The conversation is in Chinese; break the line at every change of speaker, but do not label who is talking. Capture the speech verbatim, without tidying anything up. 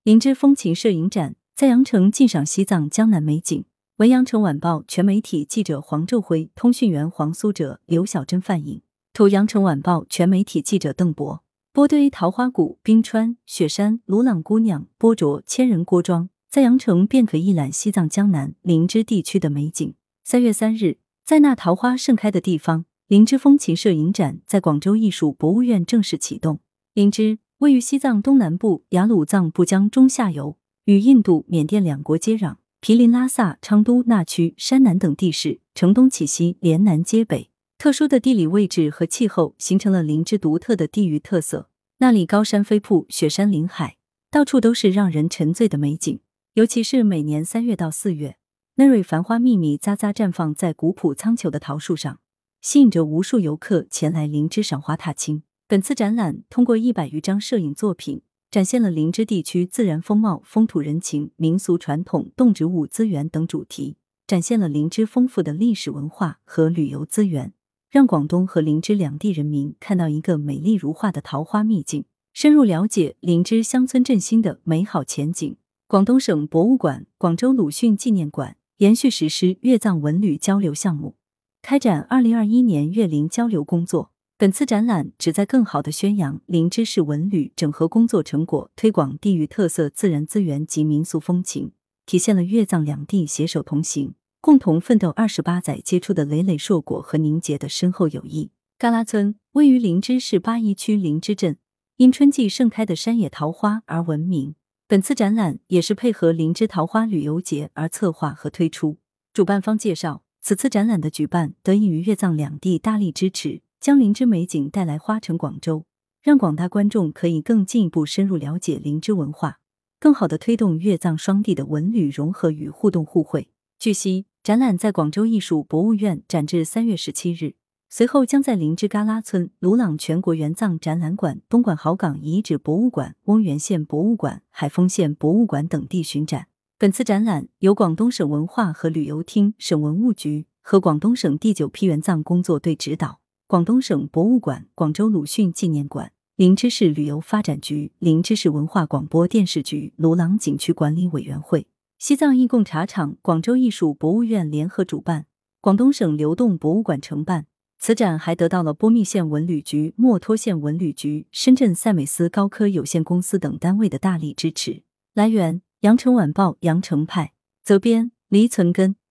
林芝风情摄影展在羊城尽赏西藏江南美景。文阳城晚报全媒体记者黄昼辉，通讯员黄苏哲、刘小珍范颖。图羊城晚报全媒体记者邓博。波堆桃花谷、冰川、雪山、鲁朗姑娘、波卓、千人锅庄，在羊城便可一览西藏江南林芝地区的美景。三月三日，在那桃花盛开的地方，林芝风情摄影展在广州艺术博物院正式启动。林芝位于西藏东南部雅鲁藏布江中下游，与印度、缅甸两国接壤，毗邻拉萨、昌都、那曲、山南等地势，城东起西，连南接北。特殊的地理位置和气候形成了林芝独特的地域特色。那里高山飞瀑，雪山临海，到处都是让人沉醉的美景。尤其是每年三月到四月，嫩蕊繁花密密匝匝绽放在古朴苍穹的桃树上，吸引着无数游客前来林芝赏花踏青。本次展览通过一百余张摄影作品，展现了林芝地区自然风貌、风土人情、民俗传统、动植物资源等主题，展现了林芝丰富的历史文化和旅游资源，让广东和林芝两地人民看到一个美丽如画的桃花秘境，深入了解林芝乡村振兴的美好前景。广东省博物馆、广州鲁迅纪念馆延续实施粤藏文旅交流项目，开展二零二一年粤林交流工作。本次展览旨在更好地宣扬林芝市文旅整合工作成果，推广地域特色自然资源及民俗风情，体现了粤藏两地携手同行、共同奋斗二十八载结出的累累硕果和凝结的深厚友谊。嘎拉村位于林芝市巴依区林芝镇，因春季盛开的山野桃花而闻名。本次展览也是配合林芝桃花旅游节而策划和推出。主办方介绍，此次展览的举办得益于粤藏两地大力支持，将林芝美景带来花城广州，让广大观众可以更进一步深入了解林芝文化，更好地推动粤藏双地的文旅融合与互动互惠。据悉，展览在广州艺术博物院展至三月十七日，随后将在林芝嘎拉村、鲁朗全国原藏展览馆、东莞好港遗址博物馆、翁源县博物馆、海丰县博物馆等地巡展。本次展览由广东省文化和旅游厅、省文物局和广东省第九批原藏工作队指导，广东省博物馆、广州鲁迅纪念馆、林芝市旅游发展局、林芝市文化广播电视局、鲁朗景区管理委员会、西藏艺贡茶厂、广州艺术博物院联合主办，广东省流动博物馆承办。此展还得到了波密县文旅局、墨脱县文旅局、深圳赛美斯高科有限公司等单位的大力支持。来源：羊城晚报羊城派，责编：黎存根。